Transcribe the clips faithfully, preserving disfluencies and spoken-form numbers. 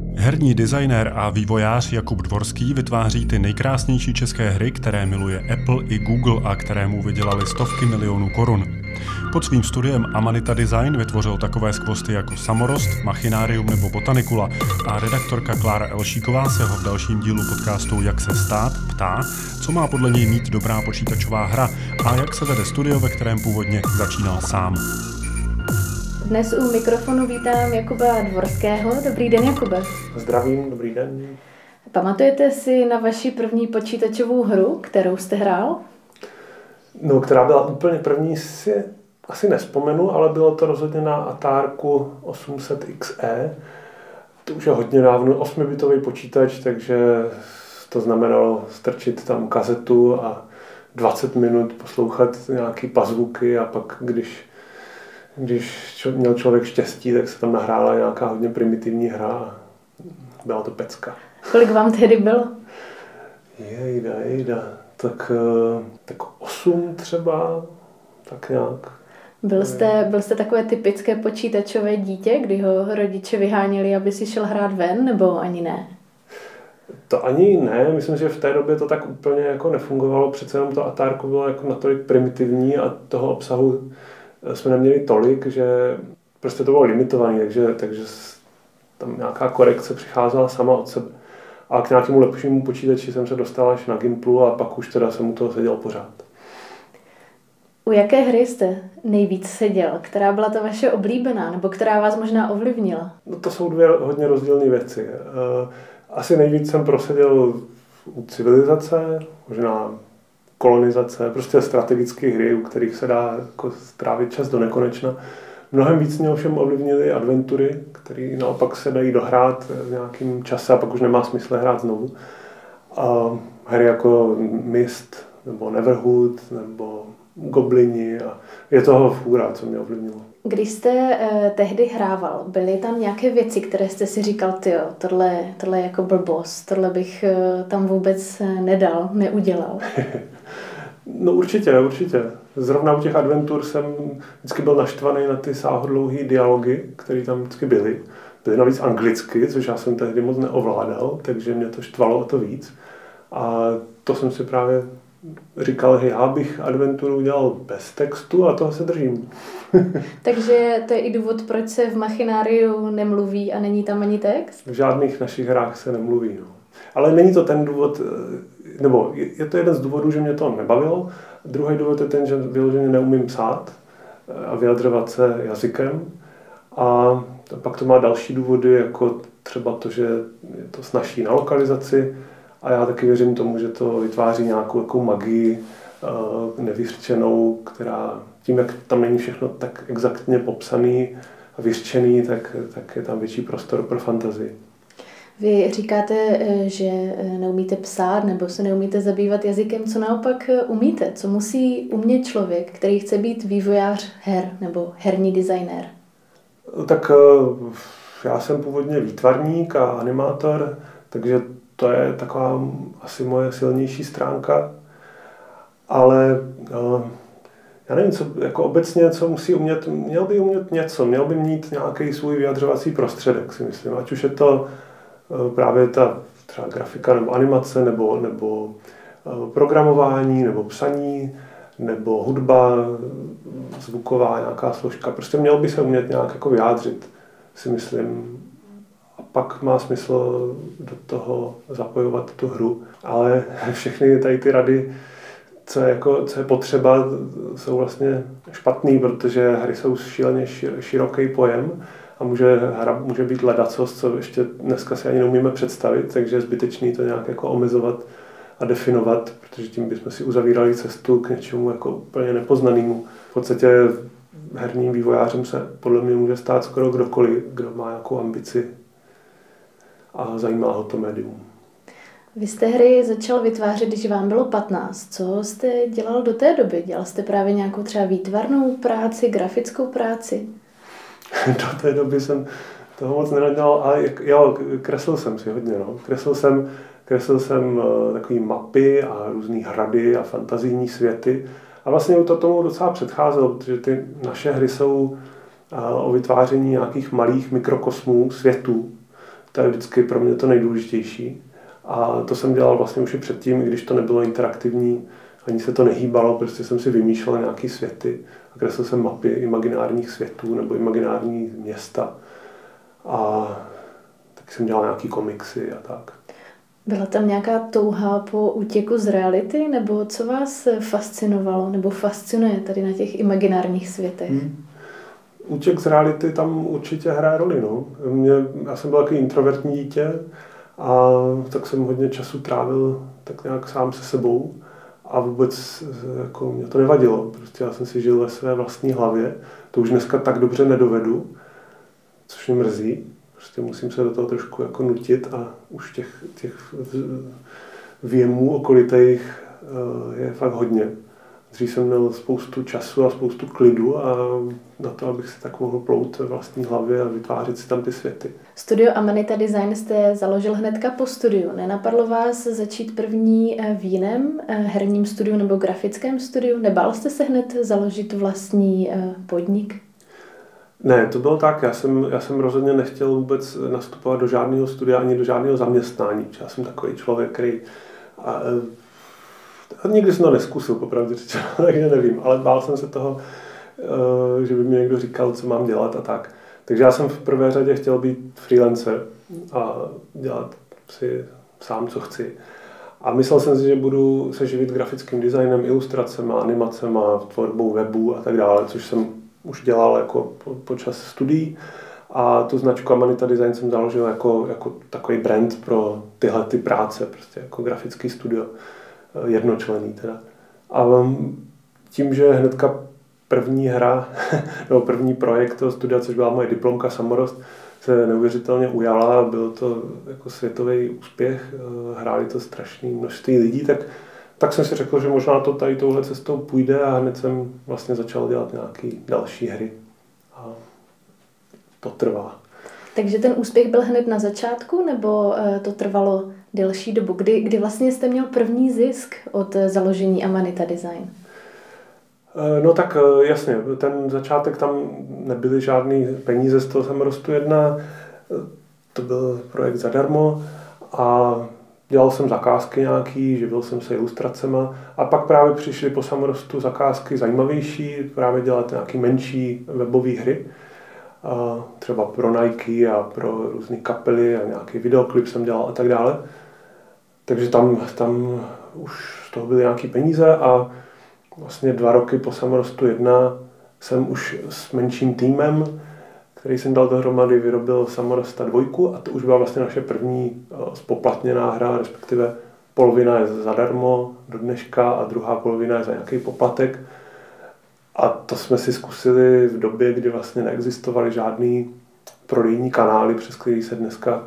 Herní designér a vývojář Jakub Dvorský vytváří ty nejkrásnější české hry, které miluje Apple i Google a kterému vydělali stovky milionů korun. Pod svým studiem Amanita Design vytvořil takové skvosty jako Samorost, Machinarium nebo Botanicula a redaktorka Klára Elšíková se ho v dalším dílu podcastu Jak se stát ptá, co má podle něj mít dobrá počítačová hra a jak se vede studio, ve kterém původně začínal sám. Dnes u mikrofonu vítám Jakuba Dvorského. Dobrý den, Jakube. Zdravím, dobrý den. Pamatujete si na vaši první počítačovou hru, kterou jste hrál? No, která byla úplně první, si asi nespomenu, ale bylo to rozhodně na Atárku osm set X E. To už je hodně dávno, osmibitový počítač, takže to znamenalo strčit tam kazetu a dvacet minut poslouchat nějaký pazvuky a pak, když Když měl člověk štěstí, tak se tam nahrála nějaká hodně primitivní hra a byla to pecka. Kolik vám tehdy bylo? Jejda, jejda. Tak, tak osm třeba, tak nějak. Byl jste, byl jste takové typické počítačové dítě, kdy ho rodiče vyháněli, aby si šel hrát ven, nebo ani ne? To ani ne, myslím, že v té době to tak úplně jako nefungovalo, přece jenom to Atárko bylo jako natolik primitivní a toho obsahu jsme neměli tolik, že prostě to bylo limitované, takže, takže tam nějaká korekce přicházela sama od sebe. A k nějakému lepšímu počítači jsem se dostal až na Gimplu a pak už teda jsem u toho seděl pořád. U jaké hry jste nejvíc seděl? Která byla ta vaše oblíbená, nebo která vás možná ovlivnila? No to jsou dvě hodně rozdílné věci. Asi nejvíc jsem proseděl u Civilizace, možná Kolonizace, prostě strategické hry, u kterých se dá jako strávit čas do nekonečna. Mnohem víc mě ovšem ovlivnily adventury, které naopak se dají dohrát v nějakém čase a pak už nemá smysl hrát znovu. A hry jako Myst, nebo Neverhood, nebo Goblini a je toho fůra, co mě ovlivnilo. Když jste eh, tehdy hrával, byly tam nějaké věci, které jste si říkal, tyjo, tohle, tohle je jako blbost, tohle bych eh, tam vůbec nedal, neudělal? No určitě, určitě. Zrovna u těch adventur jsem vždycky byl naštvaný na ty sáhodlouhý dialogy, které tam vždycky byly. Byly navíc anglicky, což já jsem tehdy moc neovládal, takže mě to štvalo o to víc. A to jsem si právě říkal, že já bych adventuru udělal bez textu a toho se držím. Takže to je i důvod, proč se v Machinariu nemluví a není tam ani text? V žádných našich hrách se nemluví. No. Ale není to ten důvod, nebo je to jeden z důvodů, že mě to nebavilo. Druhý důvod je ten, že vyloženě neumím psát a vyjadřovat se jazykem. A pak to má další důvody, jako třeba to, že je to snazší na lokalizaci. A já taky věřím tomu, že to vytváří nějakou jako magii nevyřčenou, která tím, jak tam není všechno tak exaktně popsaný a vyřčený, tak, tak je tam větší prostor pro fantazii. Vy říkáte, že neumíte psát nebo se neumíte zabývat jazykem. Co naopak umíte? Co musí umět člověk, který chce být vývojář her nebo herní designér? Tak já jsem původně výtvarník a animátor, takže to je taková asi moje silnější stránka. Ale já nevím, co, jako obecně, co musí umět, měl by umět něco, měl by mít nějaký svůj vyjadřovací prostředek, si myslím. Ať už je to právě ta třeba grafika nebo animace, nebo, nebo programování, nebo psaní, nebo hudba, zvuková nějaká složka. Prostě měl by se umět nějak jako vyjádřit, si myslím. A pak má smysl do toho zapojovat tu hru. Ale všechny tady ty rady, co je, jako, co je potřeba, jsou vlastně špatný, protože hry jsou šíleně široký pojem a může, hra může být ledacos, co ještě dneska si ani neumíme představit, takže je zbytečný to nějak jako omezovat a definovat, protože tím bychom si uzavírali cestu k něčemu jako úplně nepoznanému. V podstatě herním vývojářem se podle mě může stát skoro kdokoliv, kdo má nějakou ambici a zajímá ho to médium. Vy jste hry začal vytvářet, když vám bylo patnáct. Co jste dělal do té doby? Dělal jste právě nějakou třeba výtvarnou práci, grafickou práci? Do té doby jsem toho moc nenadělal, ale jo, kreslil jsem si hodně. No. Kreslil jsem, kreslil jsem takové mapy a různý hrady a fantazijní světy. A vlastně to tomu docela předcházelo, protože ty naše hry jsou o vytváření nějakých malých mikrokosmů, světů. To je vždycky pro mě to nejdůležitější. A to jsem dělal vlastně už i předtím, i když to nebylo interaktivní, ani se to nehýbalo, prostě jsem si vymýšlel nějaké světy a kreslil jsem mapy imaginárních světů nebo imaginární města. A tak jsem dělal nějaký komiksy a tak. Byla tam nějaká touha po útěku z reality, nebo co vás fascinovalo nebo fascinuje tady na těch imaginárních světech? Hmm. Útěk z reality tam určitě hraje roli. No. Mě, já jsem byl takový introvertní dítě a tak jsem hodně času trávil tak nějak sám se sebou a vůbec jako, mě to nevadilo. Prostě já jsem si žil ve své vlastní hlavě. To už dneska tak dobře nedovedu, což mě mrzí. Prostě musím se do toho trošku jako nutit a už těch, těch věmů okolitých je fakt hodně. Dřív jsem měl spoustu času a spoustu klidu a na to, abych si tak mohl plout ve vlastní hlavě a vytvářet si tam ty světy. Studio Amanita Design jste založil hnedka po studiu. Nenapadlo vás začít první v jiném herním studiu nebo grafickém studiu? Nebál jste se hned založit vlastní podnik? Ne, to bylo tak. Já jsem, já jsem rozhodně nechtěl vůbec nastupovat do žádného studia ani do žádného zaměstnání. Já jsem takový člověk, který... A, a nikdy jsem to neskusil, popravdě řečeno, takže nevím. Ale bál jsem se toho, že by mi někdo říkal, co mám dělat a tak. Takže já jsem v prvé řadě chtěl být freelancer a dělat si sám, co chci. A myslel jsem si, že budu se živit grafickým designem, ilustracemi, animacemi, tvorbou webu a tak dále, což jsem už dělal jako po, počas studií. A tu značku Amanita Design jsem založil jako, jako takový brand pro tyhle ty práce, prostě jako grafický studio, jednočlenný teda. A tím, že hnedka první hra, nebo první projekt toho studia, což byla moje diplomka Samorost, se neuvěřitelně ujala, byl to jako světový úspěch, hráli to strašné množství lidí, tak, tak jsem si řekl, že možná to tady touhle cestou půjde a hned jsem vlastně začal dělat nějaký další hry. A to trvá. Takže ten úspěch byl hned na začátku, nebo to trvalo delší dobu? Kdy, kdy vlastně jste měl první zisk od založení Amanita Design? No tak jasně, ten začátek tam nebyly žádný peníze z toho Samorostu jedna, to byl projekt zadarmo a dělal jsem zakázky nějaký, živil jsem se ilustracema a pak právě přišly po Samorostu zakázky zajímavější, právě dělat nějaké menší webové hry, a třeba pro Nike a pro různé kapely a nějaký videoklip jsem dělal a tak dále. Takže tam, tam už z toho byly nějaké peníze a vlastně dva roky po Samorostu jedna jsem už s menším týmem, který jsem dal dohromady, vyrobil Samorosta dvojku a to už byla vlastně naše první spoplatněná hra, respektive polovina je zadarmo do dneška a druhá polovina je za nějaký poplatek. A to jsme si zkusili v době, kdy vlastně neexistovaly žádný prodejní kanály, přes který se dneska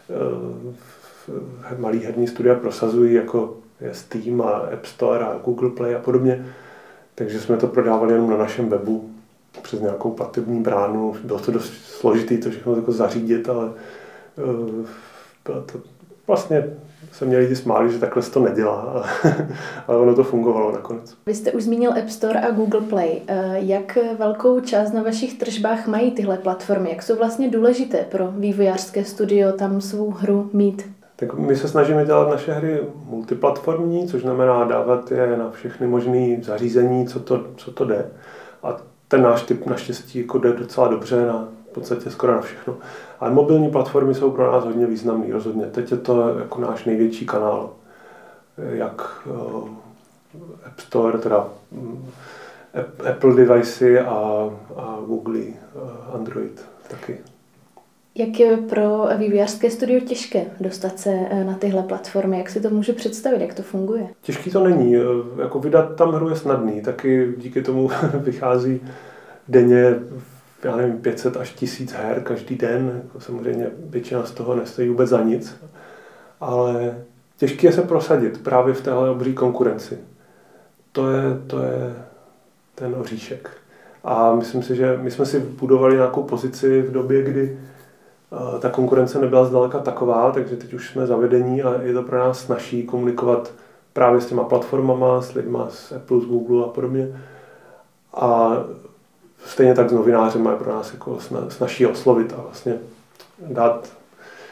uh, malý herní studia prosazují, jako je Steam a App Store a Google Play a podobně. Takže jsme to prodávali jenom na našem webu přes nějakou platební bránu. Bylo to dost složitý to všechno jako zařídit, ale uh, bylo to vlastně se mě lidi smáli, že takhle se to nedělá, ale ono to fungovalo nakonec. Vy jste už zmínil App Store a Google Play. Jak velkou část na vašich tržbách mají tyhle platformy? Jak jsou vlastně důležité pro vývojářské studio tam svou hru mít? Tak my se snažíme dělat naše hry multiplatformní, což znamená dávat je na všechny možné zařízení, co to, co to jde. A ten náš typ naštěstí jako jde docela dobře na v podstatě skoro na všechno. Ale mobilní platformy jsou pro nás hodně významný, rozhodně. Teď je to jako náš největší kanál, jak uh, App Store, teda um, Apple devicey a, a Google, uh, Android taky. Jak je pro vývojářské studio těžké dostat se na tyhle platformy? Jak si to můžu představit, jak to funguje? Těžký to není. Jako vydat tam hru je snadný. Taky díky tomu vychází denně já nevím, pět set až tisíc her každý den. Jako samozřejmě většina z toho nestojí vůbec za nic. Ale těžké je se prosadit právě v téhle obří konkurenci. To je, to je ten oříšek. A myslím si, že my jsme si budovali nějakou pozici v době, kdy ta konkurence nebyla zdaleka taková, takže teď už jsme zavedení a je to pro nás snazší komunikovat právě s těma platformama, s lidma z Apple, z Google a podobně. A stejně tak s novinářem je pro nás jako snazší oslovit a vlastně dát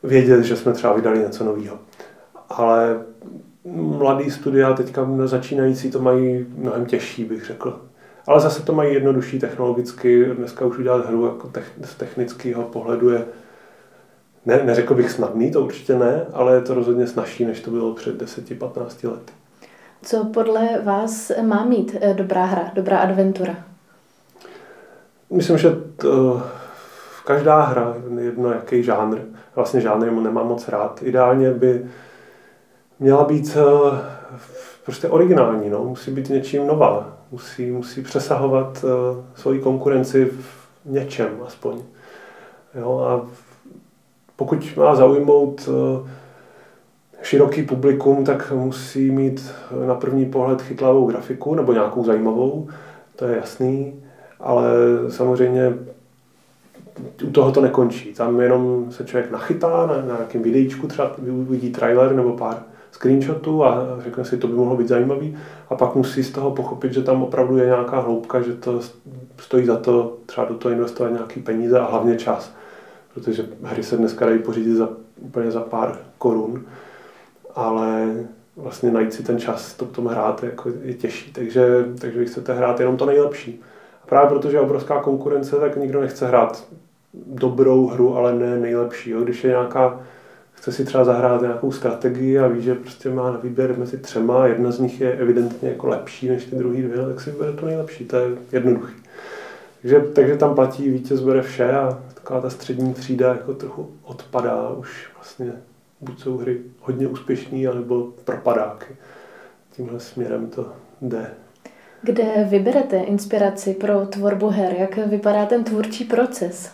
vědět, že jsme třeba vydali něco nového. Ale mladý studia, teďka začínající, to mají mnohem těžší, bych řekl. Ale zase to mají jednodušší technologicky. Dneska už udělat hru jako z technického pohledu je, ne, neřekl bych snadný, to určitě ne, ale je to rozhodně snazší, než to bylo před deseti patnácti lety. Co podle vás má mít dobrá hra, dobrá adventura? Myslím, že to, každá hra, jedno jaký žánr, vlastně žánr nemám moc rád, ideálně by měla být prostě originální, no? Musí být něčím nová, musí, musí přesahovat uh, svoji konkurenci v něčem aspoň. Jo? A pokud má zaujmout uh, široký publikum, tak musí mít na první pohled chytlavou grafiku nebo nějakou zajímavou, to je jasný, ale samozřejmě u toho to nekončí. Tam jenom se člověk nachytá na, na nějakém videíčku, třeba uvidí trailer nebo pár screenshotů a řekne si, to by mohlo být zajímavý a pak musí z toho pochopit, že tam opravdu je nějaká hloubka, že to stojí za to třeba do toho investovat nějaký peníze a hlavně čas. Protože hry se dneska dají pořídit za, úplně za pár korun, ale vlastně najít si ten čas to k tomu hrát je, jako, je těžší, takže, takže vy chcete hrát jenom to nejlepší. A právě protože je obrovská konkurence, tak nikdo nechce hrát dobrou hru, ale ne nejlepší. Jo? Když je nějaká, chce si třeba zahrát nějakou strategii a ví, že prostě má na výběr mezi třema, jedna z nich je evidentně jako lepší než ty druhý dvě, tak si vybere to nejlepší, to je jednoduchý. Takže, takže tam platí vítěz bere vše a taková ta střední třída jako trochu odpadá už vlastně. Buď jsou hry hodně úspěšný, anebo propadáky. Tímhle směrem to jde. Kde vyberete inspiraci pro tvorbu her? Jak vypadá ten tvůrčí proces?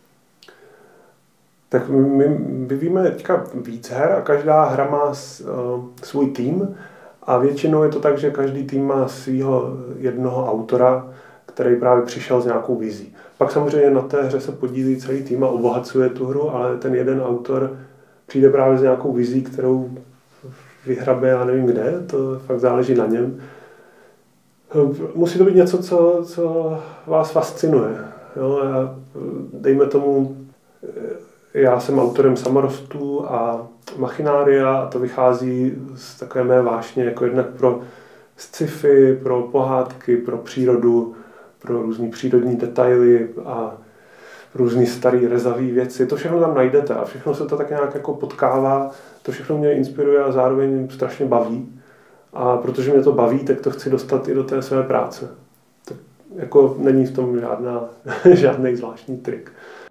Tak my vyvíjíme teďka víc her a každá hra má uh, svůj tým a většinou je to tak, že každý tým má svého jednoho autora, který právě přišel s nějakou vizí. Pak samozřejmě na té hře se podílí celý tým a obohacuje tu hru, ale ten jeden autor přijde právě s nějakou vizí, kterou vyhrabe, já nevím kde, to fakt záleží na něm. Musí to být něco, co, co vás fascinuje. Jo? Já, dejme tomu, já jsem autorem Samorostů a Machinária a to vychází z takové mé vášně, jako jednak pro sci-fi, pro pohádky, pro přírodu, pro různý přírodní detaily a různý starý rezavý věci. To všechno tam najdete a všechno se to tak nějak jako potkává. To všechno mě inspiruje a zároveň strašně baví. A protože mě to baví, tak to chci dostat i do té své práce. Tak jako není v tom žádná, žádný zvláštní trik.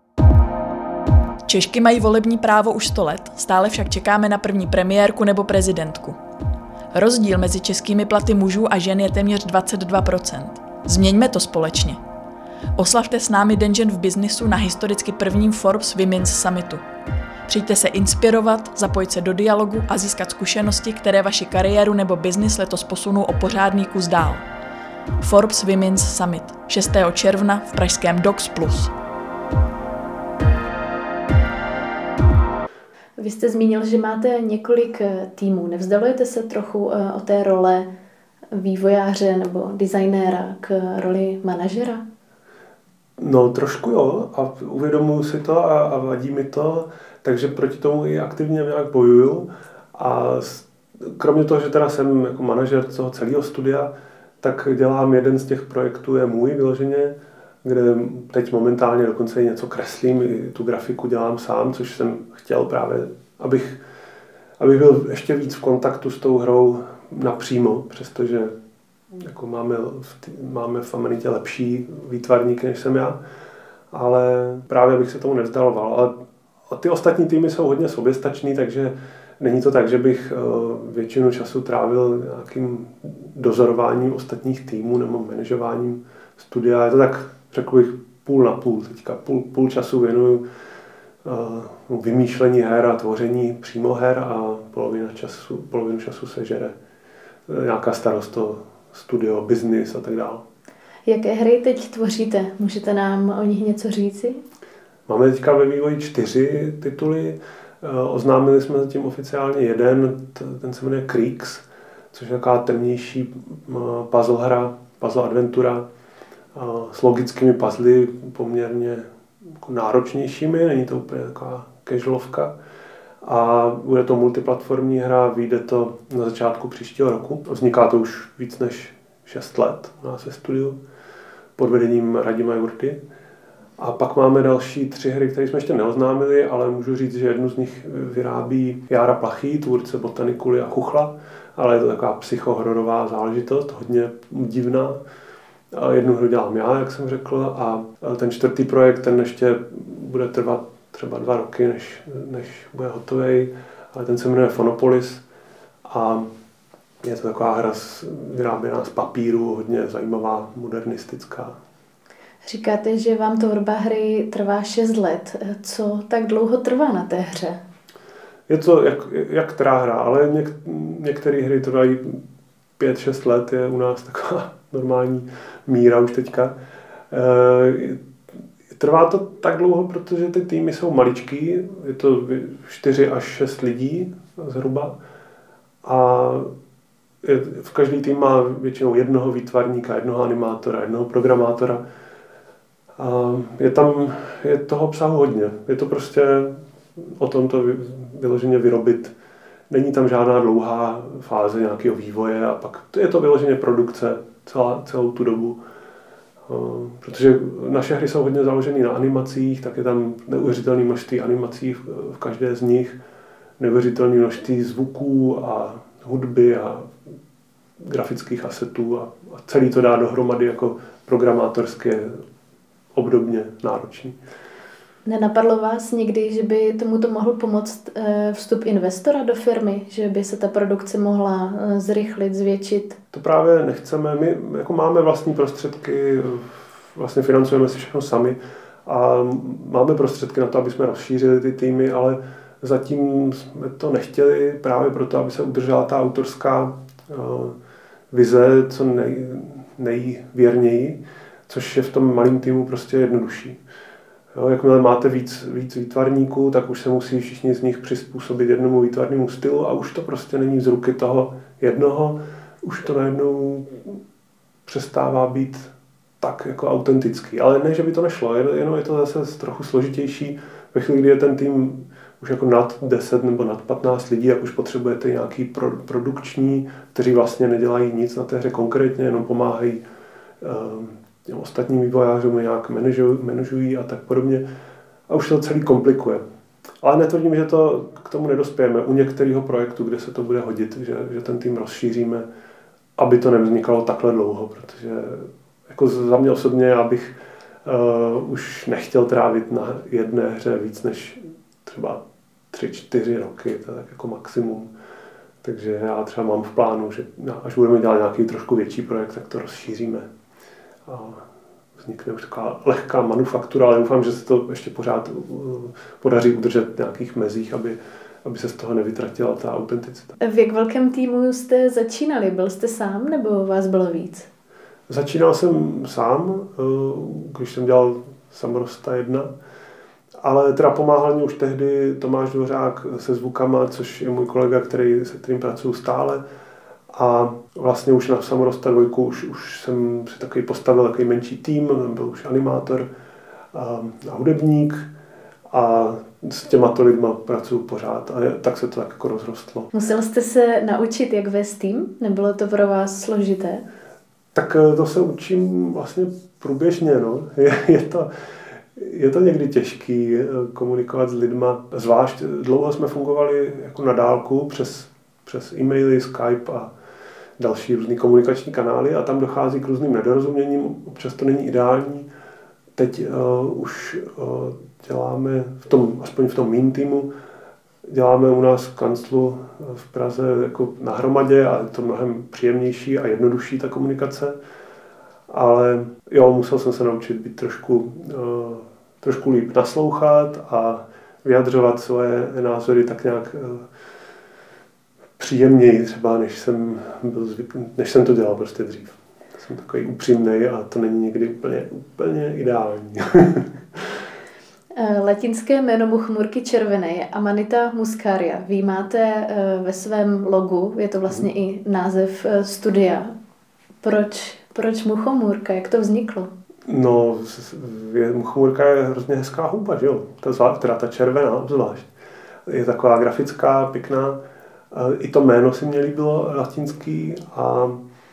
Češky mají volební právo už sto let, stále však čekáme na první premiérku nebo prezidentku. Rozdíl mezi českými platy mužů a žen je téměř dvacet dva procent. Změňme to společně. Oslavte s námi Den žen v biznisu na historicky prvním Forbes Women's Summitu. Přijďte se inspirovat, zapojit se do dialogu a získat zkušenosti, které vaši kariéru nebo biznis letos posunou o pořádný kus dál. Forbes Women's Summit šestého června v pražském Docs Plus. Vy jste zmínil, že máte několik týmů. Nevzdalujete se trochu o té role vývojáře nebo designéra k roli manažera? No trošku jo a uvědomuji si to a, a vadí mi to, takže proti tomu i aktivně nějak bojuju. A kromě toho, že teda jsem jako manažer toho celého studia, tak dělám jeden z těch projektů, je můj vyloženě, kde teď momentálně dokonce i něco kreslím, i tu grafiku dělám sám, což jsem chtěl právě, abych, abych byl ještě víc v kontaktu s tou hrou napřímo, přestože jako máme, máme v Amanitě lepší výtvarníky, než jsem já, ale právě bych se tomu nevzdaloval. Ale ty ostatní týmy jsou hodně soběstačný, takže není to tak, že bych většinu času trávil nějakým dozorováním ostatních týmů nebo manažováním studia. Je to tak, řekl bych, půl na půl. Teďka půl, půl času věnuju uh, vymýšlení her a tvoření přímo her a polovinu času, polovinu času se žere nějaká starost o studio, business a tak dále. Jaké hry teď tvoříte? Můžete nám o nich něco říci? Máme teďka ve vývoji čtyři tituly. Oznámili jsme zatím oficiálně jeden, ten se jmenuje Creeks, což je taková temnější puzzle hra, puzzle adventura s logickými puzzly poměrně náročnějšími, není to úplně taková casualovka. A bude to multiplatformní hra, vyjde to na začátku příštího roku. Vzniká to už víc než šest let u nás ve studiu pod vedením Radima Jurty. A pak máme další tři hry, které jsme ještě neoznámili, ale můžu říct, že jednu z nich vyrábí Jára Plachý, tvůrce Botanikuly a Chuchla, ale je to taková psychohororová záležitost, hodně divná. A jednu hru dělám já, jak jsem řekl, a ten čtvrtý projekt, ten ještě bude trvat třeba dva roky, než, než bude hotový, ale ten se jmenuje Phonopolis a je to taková hra vyráběná z papíru, hodně zajímavá, modernistická. Říkáte, že vám tvorba hry trvá šest let. Co tak dlouho trvá na té hře? Je to jak, jak která hra, ale něk, některé hry trvají pět šest let, je u nás taková normální míra už teďka. E, trvá to tak dlouho, protože ty týmy jsou maličký, je to čtyři až šest lidí zhruba a je, v každý tým má většinou jednoho výtvarníka, jednoho animátora, jednoho programátora. A je tam je toho obsahu hodně. Je to prostě o tom to vyloženě vyrobit. Není tam žádná dlouhá fáze nějakého vývoje a pak je to vyloženě produkce celá, celou tu dobu. Protože naše hry jsou hodně založené na animacích, tak je tam neuvěřitelné množství animací v každé z nich, neuvěřitelné množství zvuků a hudby a grafických asetů a, a celý to dá dohromady jako programátorské obdobně náročný. Nenapadlo vás někdy, že by tomuto mohl pomoct vstup investora do firmy, že by se ta produkce mohla zrychlit, zvětšit? To právě nechceme. My jako máme vlastní prostředky, vlastně financujeme si všechno sami a máme prostředky na to, aby jsme rozšířili ty týmy, ale zatím jsme to nechtěli právě proto, aby se udržela ta autorská vize co nej, nejvěrněji, což je v tom malém týmu prostě jednodušší. Jo, jakmile máte víc, víc výtvarníků, tak už se musí všichni z nich přizpůsobit jednomu výtvarnému stylu a už to prostě není z ruky toho jednoho, už to najednou přestává být tak jako autentický. Ale ne, že by to nešlo, jenom je to zase trochu složitější. Ve chvíli, kdy je ten tým už jako nad deset nebo nad patnáct lidí, jak už potřebujete nějaký pro, produkční, kteří vlastně nedělají nic na té hře konkrétně, jenom pomáhají um, těm ostatním vývojářům nějak manažují a tak podobně. A už se to celý komplikuje. Ale netvrdím, že to k tomu nedospějeme. U některého projektu, kde se to bude hodit, že, že ten tým rozšíříme, aby to nevznikalo takhle dlouho, protože jako za mě osobně já bych uh, už nechtěl trávit na jedné hře víc než třeba tři, čtyři roky, to je tak jako maximum. Takže já třeba mám v plánu, že až budeme dělat nějaký trošku větší projekt, tak to rozšíříme. A vznikne už taková lehká manufaktura, ale doufám, že se to ještě pořád podaří udržet v nějakých mezích, aby, aby se z toho nevytratila ta autenticita. V jak velkém týmu jste začínali? Byl jste sám nebo vás bylo víc? Začínal jsem sám, když jsem dělal Samorosta jedna, ale teda pomáhal mi už tehdy Tomáš Dvořák se zvukama, což je můj kolega, který, se kterým pracuju stále. A vlastně už na Samorosta dvojku už, už jsem si takový postavil takový menší tým, byl už animátor a, a hudebník a s těmato lidma pracuju pořád a je, tak se to tak jako rozrostlo. Musel jste se naučit, jak vést tým? Nebylo to pro vás složité? Tak to se učím vlastně průběžně, no. Je, je to... Je to někdy těžký komunikovat s lidma, zvlášť dlouho jsme fungovali jako na dálku přes, přes e-maily, Skype a další různý komunikační kanály a tam dochází k různým nedorozuměním, občas to není ideální. Teď uh, už uh, děláme, v tom, aspoň v tom mým týmu, děláme u nás v kanclu v Praze jako na hromadě a je to mnohem příjemnější a jednodušší ta komunikace. Ale jo, musel jsem se naučit být trošku, uh, trošku líp naslouchat a vyjadřovat svoje názory tak nějak uh, příjemněji třeba, než jsem, byl zvyklý, než jsem to dělal prostě dřív. Jsem takový upřímnej a to není někdy úplně, úplně ideální. Latinské jméno muchomůrky červené je Amanita muscaria. Vy máte ve svém logu, je to vlastně hmm. i název studia. Proč, proč muchomůrka? Jak to vzniklo? No, je, muchomůrka je hrozně hezká houba, že jo? Ta, zvlášť, teda ta červená obzvlášť. je taková grafická, pěkná. I to jméno si mě líbilo, latinský. A,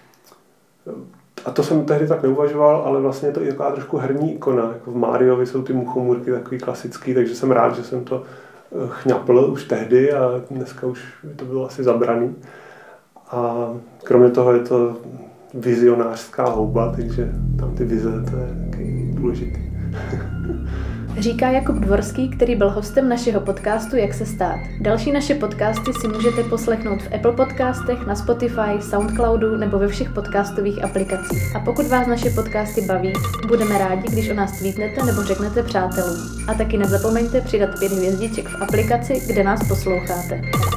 a to jsem tehdy tak neuvažoval, ale vlastně je to i taková trošku herní ikona. Jako v Mariovi jsou ty muchomůrky takový klasický, takže jsem rád, že jsem to chňapl už tehdy a dneska už to bylo asi zabraný. A kromě toho je to vizionářská houba, takže tam ty vize, to je taky důležitý. Říká Jakub Dvorský, který byl hostem našeho podcastu Jak se stát. Další naše podcasty si můžete poslechnout v Apple podcastech, na Spotify, Soundcloudu nebo ve všech podcastových aplikacích. A pokud vás naše podcasty baví, budeme rádi, když o nás tweetnete nebo řeknete přátelům. A taky nezapomeňte přidat pět hvězdiček v aplikaci, kde nás posloucháte.